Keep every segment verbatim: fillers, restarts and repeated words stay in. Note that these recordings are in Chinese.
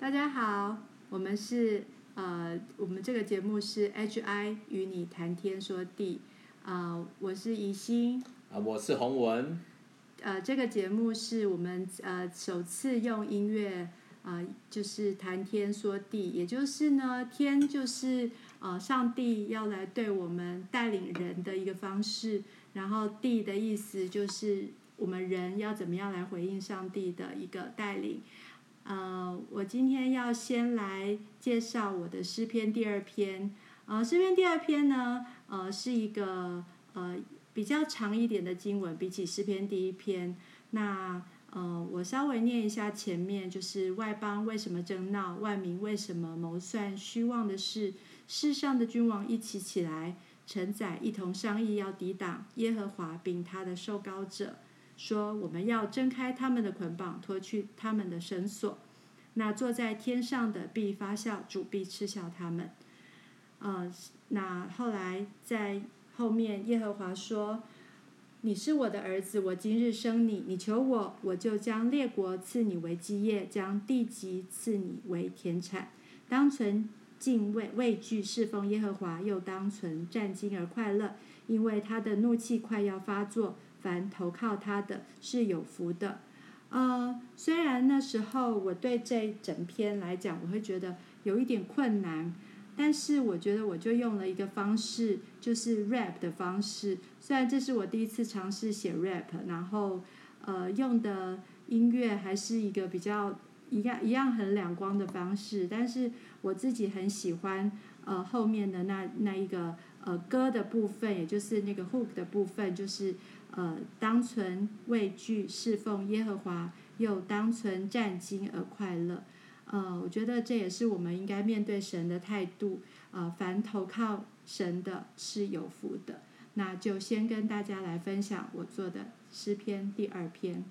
大家好，我们是呃，我们这个节目是 H I 与你谈天说地，呃，我是怡心， 啊，我是洪文。 呃，这个节目是我们呃首次用音乐呃就是谈天说地，也就是呢，天就是呃上帝要来对我们带领人的一个方式，然后地的意思就是我们人要怎么样来回应上帝的一个带领。呃，我今天要先来介绍我的诗篇第二篇。呃，诗篇第二篇呢，呃，是一个呃比较长一点的经文，比起诗篇第一篇。那呃，我稍微念一下前面，就是外邦为什么争闹，万民为什么谋算虚妄的事？世上的君王一起起来，臣宰一同商议，要抵挡耶和华并他的受膏者。说我们要挣开他们的捆绑，脱去他们的绳索。那坐在天上的必发笑，主必嗤笑他们。呃，那后来在后面，耶和华说：“你是我的儿子，我今日生你。你求我，我就将列国赐你为基业，将地极赐你为田产。当存敬畏畏惧侍奉耶和华，又当存战兢而快乐，因为他的怒气快要发作。凡投靠他的是有福的。”呃，虽然那时候我对这一整篇来讲，我会觉得有一点困难，但是我觉得我就用了一个方式，就是 rap 的方式。虽然这是我第一次尝试写 rap， 然后呃用的音乐还是一个比较一样一样很两光的方式，但是我自己很喜欢呃后面的那那一个呃歌的部分，也就是那个 hook 的部分，就是呃当存畏惧侍奉耶和华，又当存战兢而快乐。呃，我觉得这也是我们应该面对神的态度。呃，凡投靠神的是有福的。那就先跟大家来分享我做的诗篇第二篇。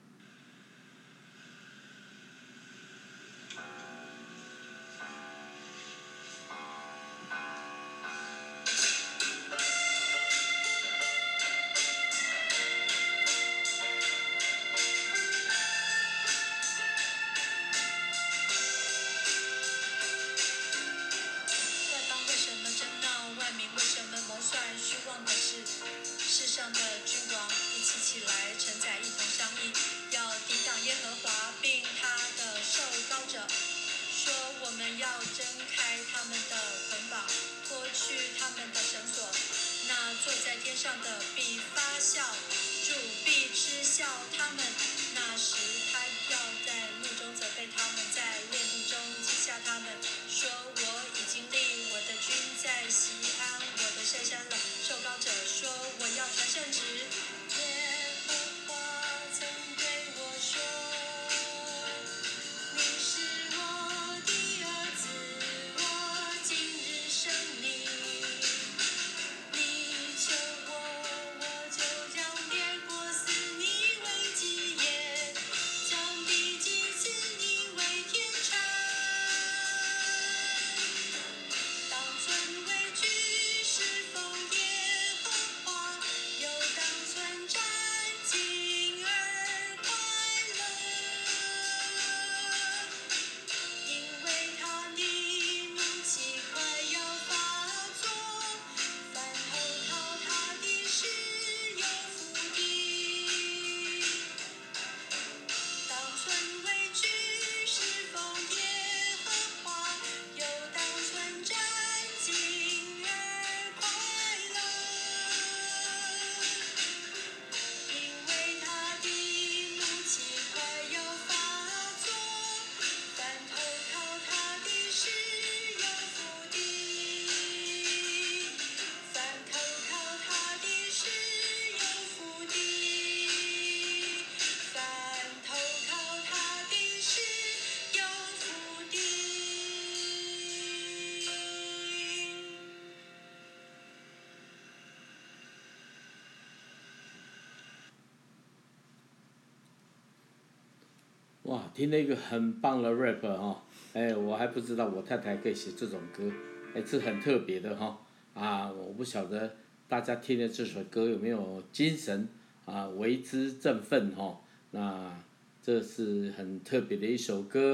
哇，听了一个很棒的 rap 哦，哎，我还不知道我太太可以写这种歌，哎，这很特别的哈、哦、啊！我不晓得大家听了这首歌有没有精神啊，为之振奋哈、哦。那这是很特别的一首歌，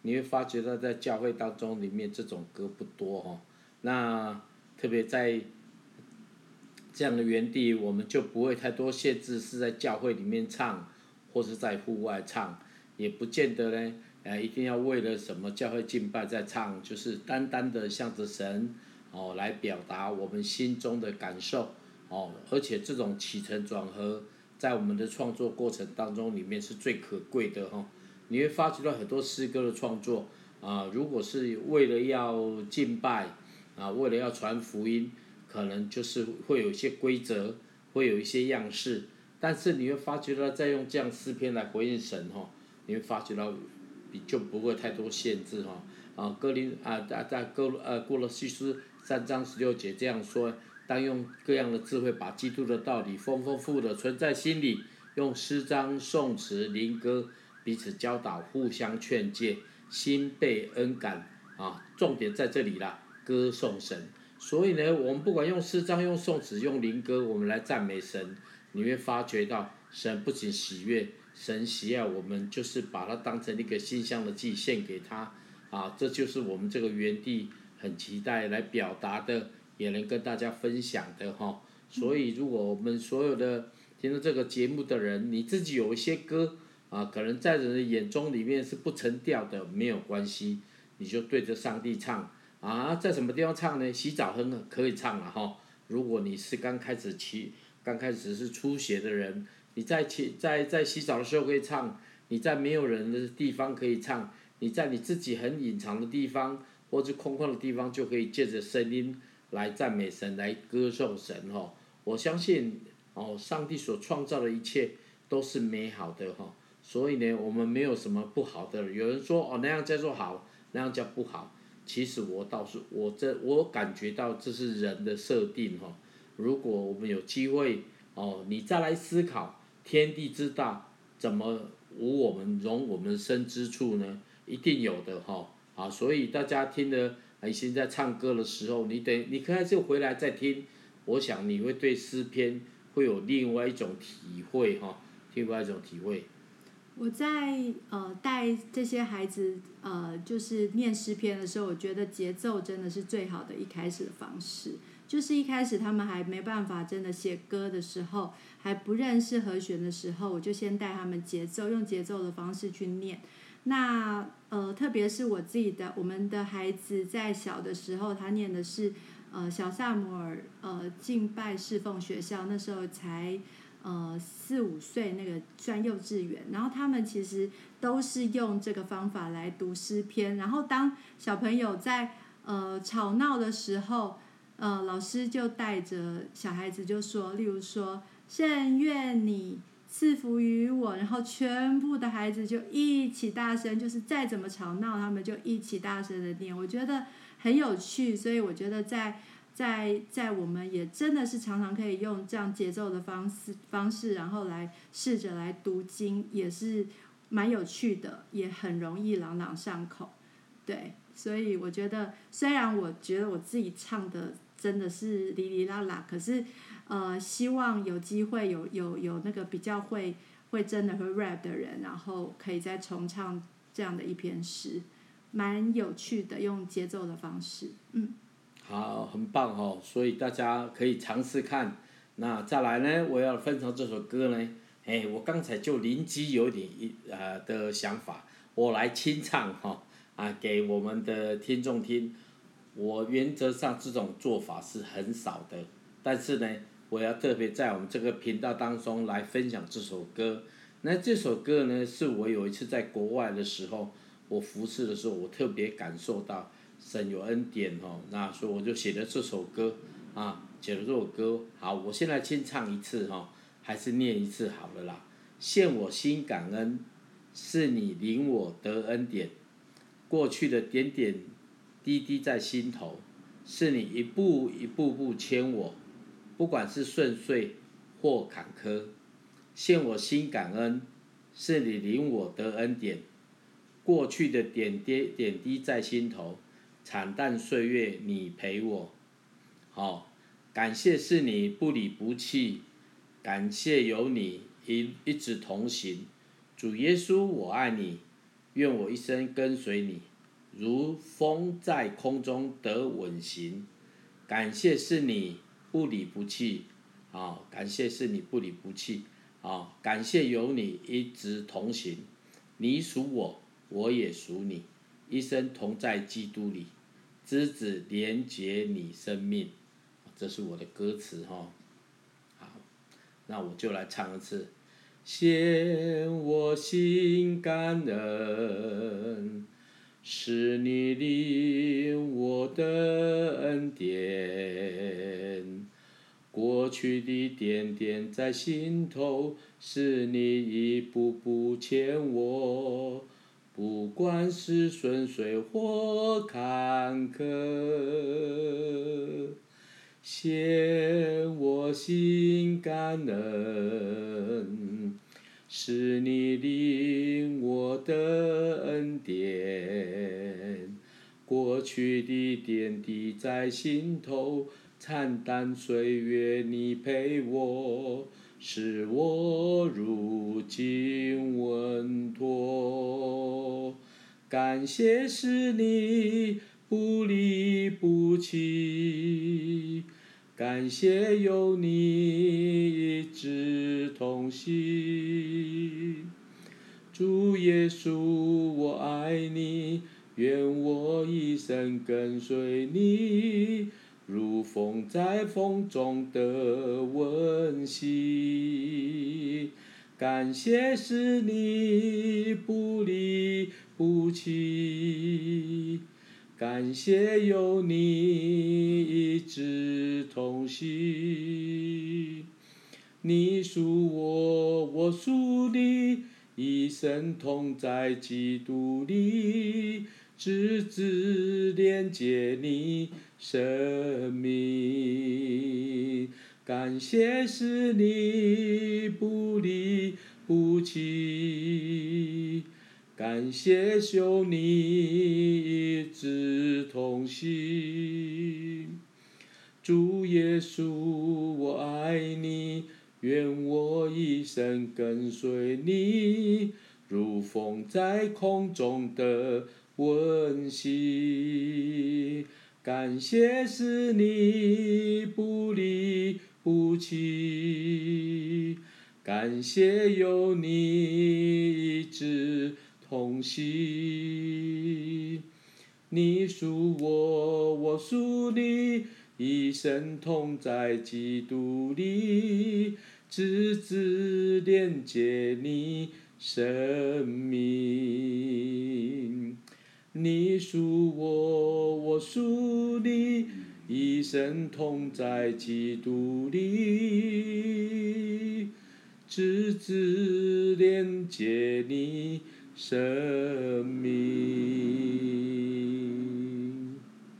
你会发觉到在教会当中里面这种歌不多哈。那特别在这样的园地，我们就不会太多限制，是在教会里面唱，或是在户外唱，也不见得呢，呃，一定要为了什么教会敬拜在唱，就是单单的向着神哦来表达我们心中的感受哦，而且这种起承转合，在我们的创作过程当中里面是最可贵的哈、哦。你会发觉到很多诗歌的创作啊、呃，如果是为了要敬拜啊，为了要传福音。可能就是会有一些规则，会有一些样式，但是你会发觉到，再用这样诗篇来回应神哈，你会发觉到，比就不会太多限制哈。啊，哥林啊，在在哥呃哥罗西书三章十六节这样说，当用各样的智慧，把基督的道理丰丰富的存在心里，用诗章、颂词、灵歌彼此教导，互相劝诫，心被恩感啊。重点在这里啦，歌颂神。所以呢，我们不管用诗章、用颂词、用灵歌，我们来赞美神，你会发觉到神不仅喜悦，神喜爱我们，就是把它当成一个馨香的祭献给他啊，这就是我们这个园地很期待来表达的，也能跟大家分享的哈。所以，如果我们所有的听到这个节目的人，你自己有一些歌啊，可能在人的眼中里面是不成调的，没有关系，你就对着上帝唱。啊，在什么地方唱呢？洗澡哼可以唱了哈。如果你是刚开始起，刚开始是初学的人，你在起在在洗澡的时候可以唱，你在没有人的地方可以唱，你在你自己很隐藏的地方或者空旷的地方就可以借着声音来赞美神，来歌颂神哈。我相信哦，上帝所创造的一切都是美好的哈，所以呢，我们没有什么不好的。有人说哦那样叫做好，那样叫不好。其实我倒是我这我感觉到这是人的设定哈。如果我们有机会哦，你再来思考天地之大，怎么无我们容我们身之处呢？一定有的哈。啊，所以大家听了你现在唱歌的时候，你等你可以就回来再听，我想你会对诗篇会有另外一种体会哈，另外一种体会。 我在呃带这些孩子呃就是念诗篇的时候，我觉得节奏真的是最好的一开始的方式。就是一开始他们还没办法真的写歌的时候，还不认识和弦的时候，我就先带他们节奏，用节奏的方式去念。那呃特别是我自己的我们的孩子在小的时候，他念的是呃小萨摩尔呃敬拜侍奉学校，那时候才。呃，四五岁那个算幼稚园，然后他们其实都是用这个方法来读诗篇，然后当小朋友在呃吵闹的时候，呃老师就带着小孩子就说，例如说圣愿你赐福于我，然后全部的孩子就一起大声，就是再怎么吵闹，他们就一起大声的念，我觉得很有趣，所以我觉得在。在在我们也真的是常常可以用这样节奏的方式方式，然后来试着来读经，也是蛮有趣的，也很容易朗朗上口。对，所以我觉得，虽然我觉得我自己唱的真的是哩哩啦啦，可是呃，希望有机会有有有那个比较会会真的会 rap 的人，然后可以再重唱这样的一篇诗，蛮有趣的，用节奏的方式，嗯。 好，很棒哦，所以大家可以尝试看。那再来呢，我要分享这首歌呢，哎，我刚才就灵机有点一呃的想法，我来清唱哈、哦，啊，给我们的听众听。我原则上这种做法是很少的，但是呢，我要特别在我们这个频道当中来分享这首歌。那这首歌呢，是我有一次在国外的时候，我服侍的时候，我特别感受到。神有恩典哦，那所以我就写了这首歌啊，写了这首歌。好，我现在先唱一次哈、哦，还是念一次好了啦。献我心感恩，是你领我得恩典，过去的点点滴滴在心头，是你一步一步步牵我，不管是顺遂或坎坷。献我心感恩，是你领我得恩典，过去的点滴点滴在心头。惨淡岁月，你陪我，好、哦，感谢是你不离不弃，感谢有你一一直同行，主耶稣我爱你， 愿我一生跟随你，如风在空中得稳行。感谢是你不离不弃，啊，感谢是你不离不弃，啊，感谢有你一直同行。你属我，我也属你，一生同在基督里，枝子连结你生命。这是我的歌词哈。好，那我就来唱一次。献我心感恩，是你领我的恩典。过去的点点在心头，是你一步步牵我，不管是顺遂或坎坷。献我心感恩，是你领我的恩典。过去的点滴在心头，惨淡岁月你陪我，使我如今稳妥。感谢是你不离不弃，感谢有你一直同行。主耶稣，我爱你，愿我一生跟随你，如风在风中的温习。感谢是你不离不弃，感谢有你一直同行。你属我，我属你，一生同在基督里，枝子连结你生命。感谢是你不离不弃，感谢有你一直同行。主耶稣，我爱你，愿我一生跟随你，如风在空中的温习。感谢是你不离不弃，感谢有你一直同行。你属我，我属你，一生同在基督里，枝子连结你生命。你属我，我属你，一生同在基督里，枝子连结你生命。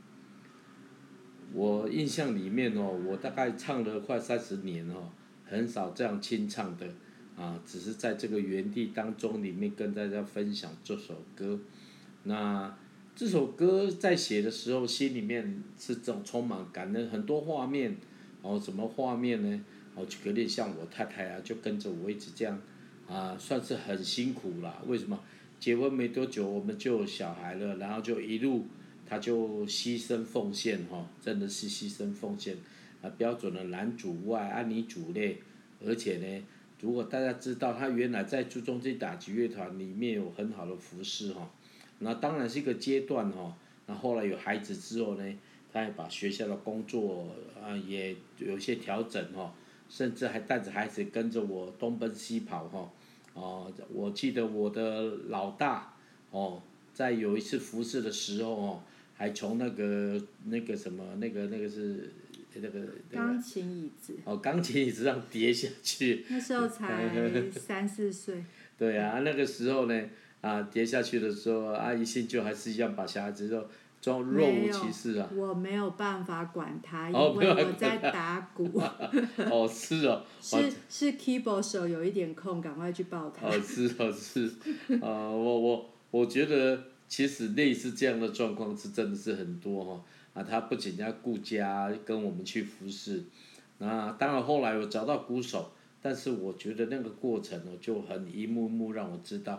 我印象里面哦，我大概唱了快三十年哦，很少这样清唱的啊，只是在这个园地当中里面跟大家分享这首歌。那这首歌在写的时候，心里面是这种充满感恩，很多画面。哦，什么画面呢？哦，举个例，像我太太啊，就跟着我一直这样，啊，算是很辛苦啦。为什么？结婚没多久，我们就有小孩了，然后就一路，她就牺牲奉献哈、哦，真的是牺牲奉献，啊，标准的男主外，啊女主内，而且呢。如果大家知道，她原来在朱中基打击乐团里面有很好的服饰哈。那当然是一个阶段哦，那后来有孩子之后呢，他也把学校的工作啊也有一些调整哦，甚至还带着孩子跟着我东奔西跑哈。哦，我记得我的老大哦，在有一次服侍的时候哦，还从那个那个什么那个那个是那个那个钢琴椅子。 哦，钢琴椅子上跌下去。 那时候才三四岁。 对啊，那个时候呢。啊，跌下去的时候，阿姨信就还是一样把小孩子都装若无其事啊。 我没有办法管他，因哦为我在打鼓。 哦，是哦。 是是 keyboard 手有一点空，赶快去抱他。 哦，是哦是，啊，我我我觉得其实类似这样的状况是真的是很多哈、哦。啊，他不仅要顾家，跟我们去服侍。那当然后来我找到鼓手，但是我觉得那个过程哦就很一幕幕让我知道。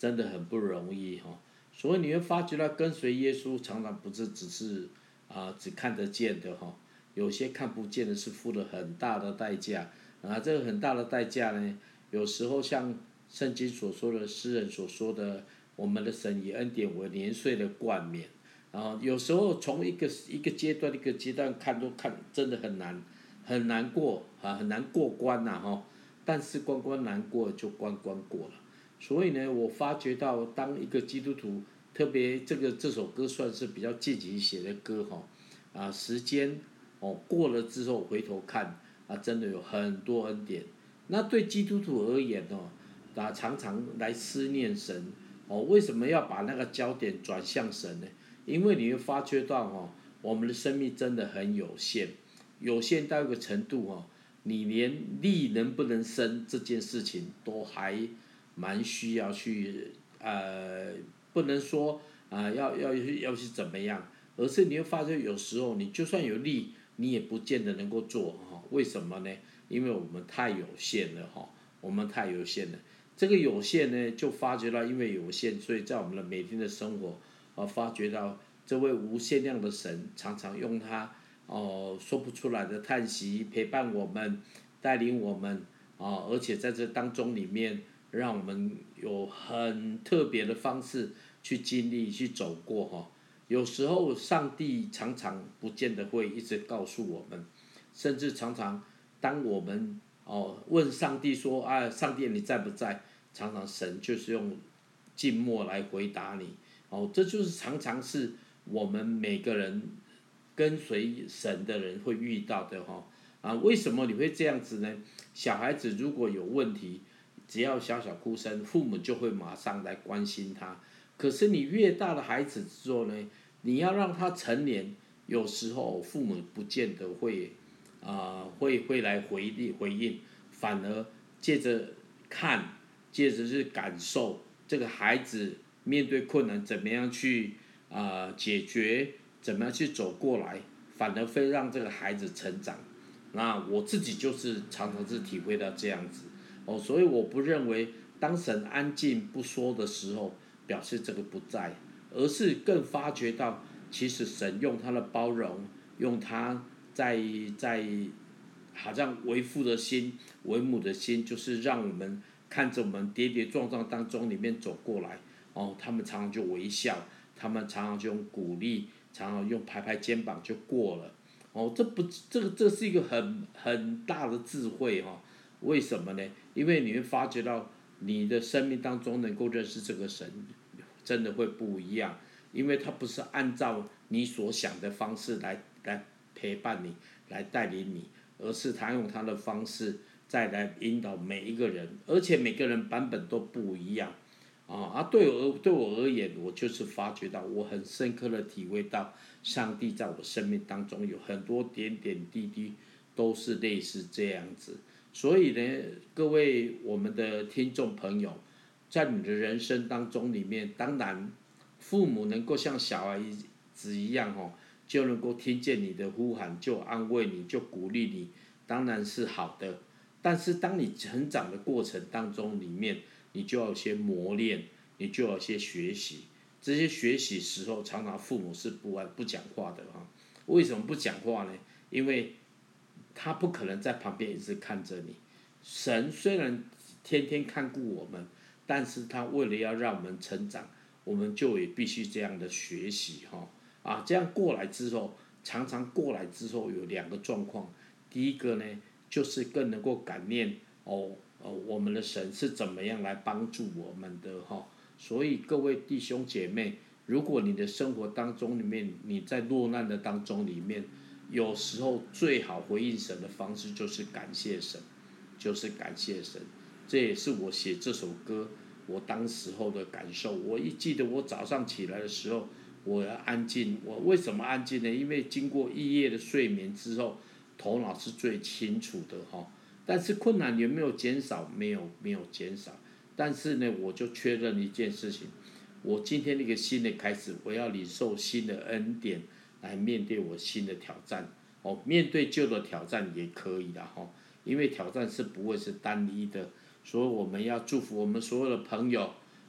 真的很不容易哈。所以你会发觉到跟随耶稣常常不是只是啊、只看得见的哈，有些看不见的是付了很大的代价啊。这个很大的代价呢，有时候像圣经所说的，诗人所说的，我们的神以恩典为年岁的冠冕。然后有时候从一个一个阶段一个阶段看都看真的很难很难过啊，很难过关呐哈。但是关关难过就关关过了。所以呢，我发觉到当一个基督徒，特别这个这首歌算是比较近期写的歌哈，啊，时间哦过了之后回头看啊，真的有很多恩典。那对基督徒而言哦，啊常常来思念神哦，为什么要把那个焦点转向神呢？因为你会发觉到哦，我们的生命真的很有限，有限到一个程度哦，你连力能不能生这件事情都还蛮需要去呃，不能说啊、呃、要要要去怎么样，而是你会发现有时候你就算有力，你也不见得能够做哈、哦。为什么呢？因为我们太有限了哈、哦，我们太有限了。这个有限呢，就发觉到因为有限，所以在我们的每天的生活，啊，发觉到这位无限量的神常常用他哦、呃、说不出来的叹息陪伴我们，带领我们啊、呃，而且在这当中里面，让我们有很特别的方式去经历、去走过哈。有时候上帝常常不见得会一直告诉我们，甚至常常当我们哦问上帝说啊，上帝你在不在？常常神就是用静默来回答你。哦，这就是常常是我们每个人跟随神的人会遇到的哈。啊，为什么你会这样子呢？小孩子如果有问题，只要小小哭声，父母就会马上来关心他。可是你越大的孩子之后呢，你要让他成年，有时候父母不见得会啊、呃、会会来回应回应，反而借着看，借着是感受这个孩子面对困难怎么样去啊、呃解决，怎么样去走过来，反而会让这个孩子成长。那我自己就是常常是体会到这样子哦，所以我不认为当神安静不说的时候，表示这个不在，而是更发觉到，其实神用他的包容，用他在在好像为父的心、为母的心，就是让我们看着我们跌跌撞撞当中里面走过来，哦，他们常常就微笑，他们常常就用鼓励，常常用拍拍肩膀就过了。哦，这不，这个这是一个很很大的智慧哈、哦。为什么呢？因为你会发觉到你的生命当中能够认识这个神，真的会不一样。因为他不是按照你所想的方式来来陪伴你，来带领你，而是他用他的方式再来引导每一个人，而且每个人版本都不一样。啊啊，对我对我而言，我就是发觉到，我很深刻的体会到，上帝在我生命当中有很多点点滴滴，都是类似这样子。所以呢，各位我们的听众朋友，在你的人生当中里面，当然，父母能够像小孩子一样哦，就能够听见你的呼喊，就安慰你，就鼓励你，当然是好的。但是当你成长的过程当中里面，你就要有些磨练，你就要有些学习。这些学习时候，常常父母是不不讲话的啊。为什么不讲话呢？因为他不可能在旁边一直看着你。神虽然天天看顾我们，但是他为了要让我们成长，我们就也必须这样的学习哈。啊，这样过来之后，常常过来之后有两个状况。第一个呢，就是更能够感念哦。呃，我们的神是怎么样来帮助我们的哈？所以各位弟兄姐妹，如果你的生活当中里面，你在落难的当中里面，有时候最好回应神的方式就是感谢神，就是感谢神。这也是我写这首歌我当时候的感受。我一记得我早上起来的时候，我要安静。我为什么安静呢？因为经过一夜的睡眠之后，头脑是最清楚的哈。但是困难有没有减少？没有，没有减少。但是呢，我就确认一件事情：我今天那个新的开始，我要领受新的恩典，来面对我新的挑战。哦，面对旧的挑战也可以的哈，因为挑战是不会是单一的。所以我们要祝福我们所有的朋友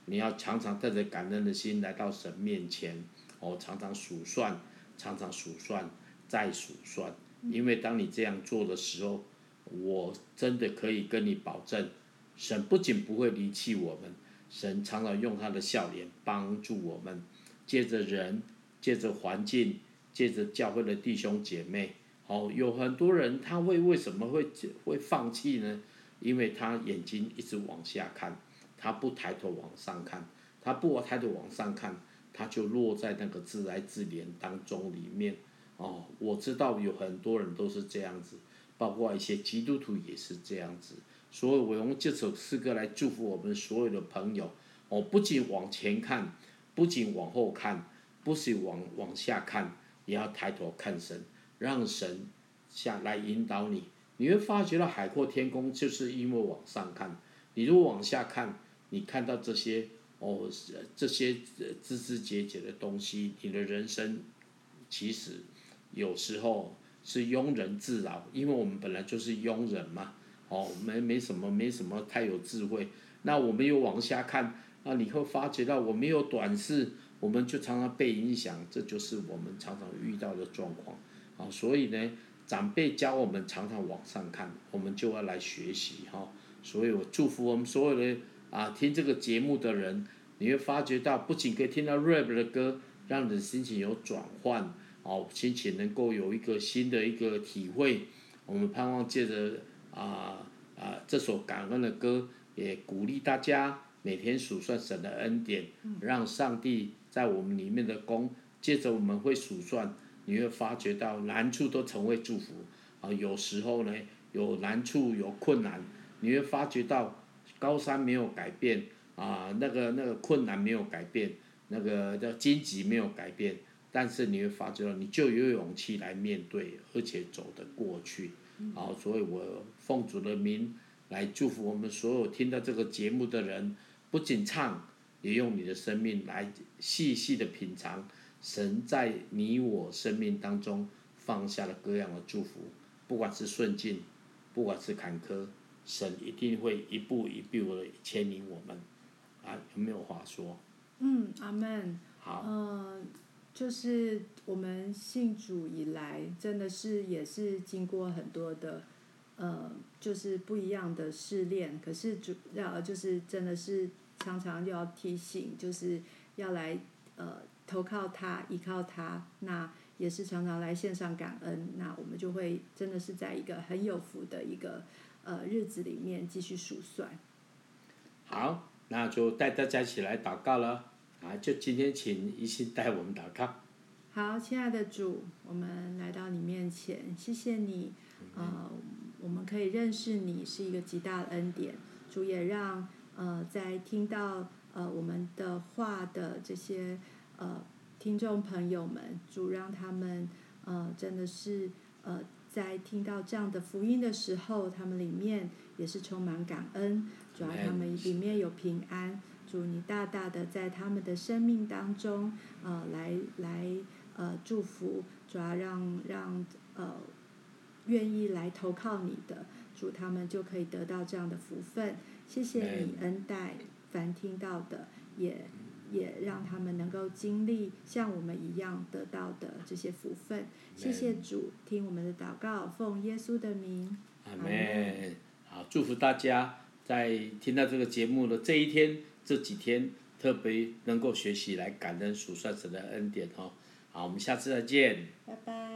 你要常常带着感恩的心来到神面前，哦，常常数算，常常数算，再数算。因为当你这样做的时候，我真的可以跟你保证，神不仅不会离弃我们，神常常用他的笑脸帮助我们，借着人，借着环境，借着教会的弟兄姐妹。哦，有很多人他会为什么会会放弃呢？因为他眼睛一直往下看，他不抬头往上看，他不抬头往上看，他就落在那个自哀自怜当中里面。哦，我知道有很多人都是这样子，包括一些基督徒也是这样子。所以我用这首诗歌来祝福我们所有的朋友。哦，不仅往前看，不仅往后看，不仅往往下看，也要抬头看神。让神下来引导你，你会发觉到海阔天空，就是因为往上看。你如果往下看，你看到这些哦，这些枝枝节节的东西，你的人生其实有时候是庸人自扰，因为我们本来就是庸人嘛，哦，没没什么没什么太有智慧。那我们又往下看，那你会发觉到我们有短视，我们就常常被影响，这就是我们常常遇到的状况。啊，所以呢，长辈教我们常常往上看，我们就要来学习哈。所以我祝福我们所有的啊听这个节目的人，你会发觉到，不仅可以听到 rap 的歌，让你的心情有转换，哦，心情能够有一个新的一个体会。我们盼望借着啊啊这首感恩的歌，也鼓励大家每天数算神的恩典，让上帝在我们里面的功，借着我们会数算。你会发觉到难处都成为祝福啊！有时候呢，有难处有困难，你会发觉到高山没有改变啊，那个那个困难没有改变，那个叫荆棘没有改变，但是你会发觉到你就有勇气来面对，而且走得过去。好，所以我奉主的名来祝福我们所有听到这个节目的人，不仅唱，也用你的生命来细细的品尝。神在你我生命当中放下了各样的祝福，不管是顺境，不管是坎坷，神一定会一步一步的牵引我们。啊，有没有话说？ 嗯，阿门。 好。 呃，就是我们信主以来，真的是也是经过很多的，呃，就是不一样的试炼。可是主要就是真的是常常要提醒，就是要来呃。投靠他，依靠他，那也是常常来线上感恩，那我们就会真的是在一个很有福的一个呃日子里面继续数算。 好，那就带大家一起来祷告了啊！就今天请一心带我们祷告。 好，亲爱的主，我们来到你面前，谢谢你，呃，我们可以认识你是一个极大的恩典。主也让呃在听到呃我们的话的这些。呃，听众朋友们，主让他们呃真的是呃在听到这样的福音的时候，他们里面也是充满感恩，主要他们里面有平安。主你大大的在他们的生命当中呃来来呃祝福，主要让让呃愿意来投靠你的主，他们就可以得到这样的福分。谢谢你恩待凡听到的也。也让他们能够经历像我们一样得到的这些福分。谢谢主，听我们的祷告，奉耶稣的名。 阿门。好，祝福大家在听到这个节目的这一天、这几天，特别能够学习来感恩数算神的恩典哦。好，我们下次再见。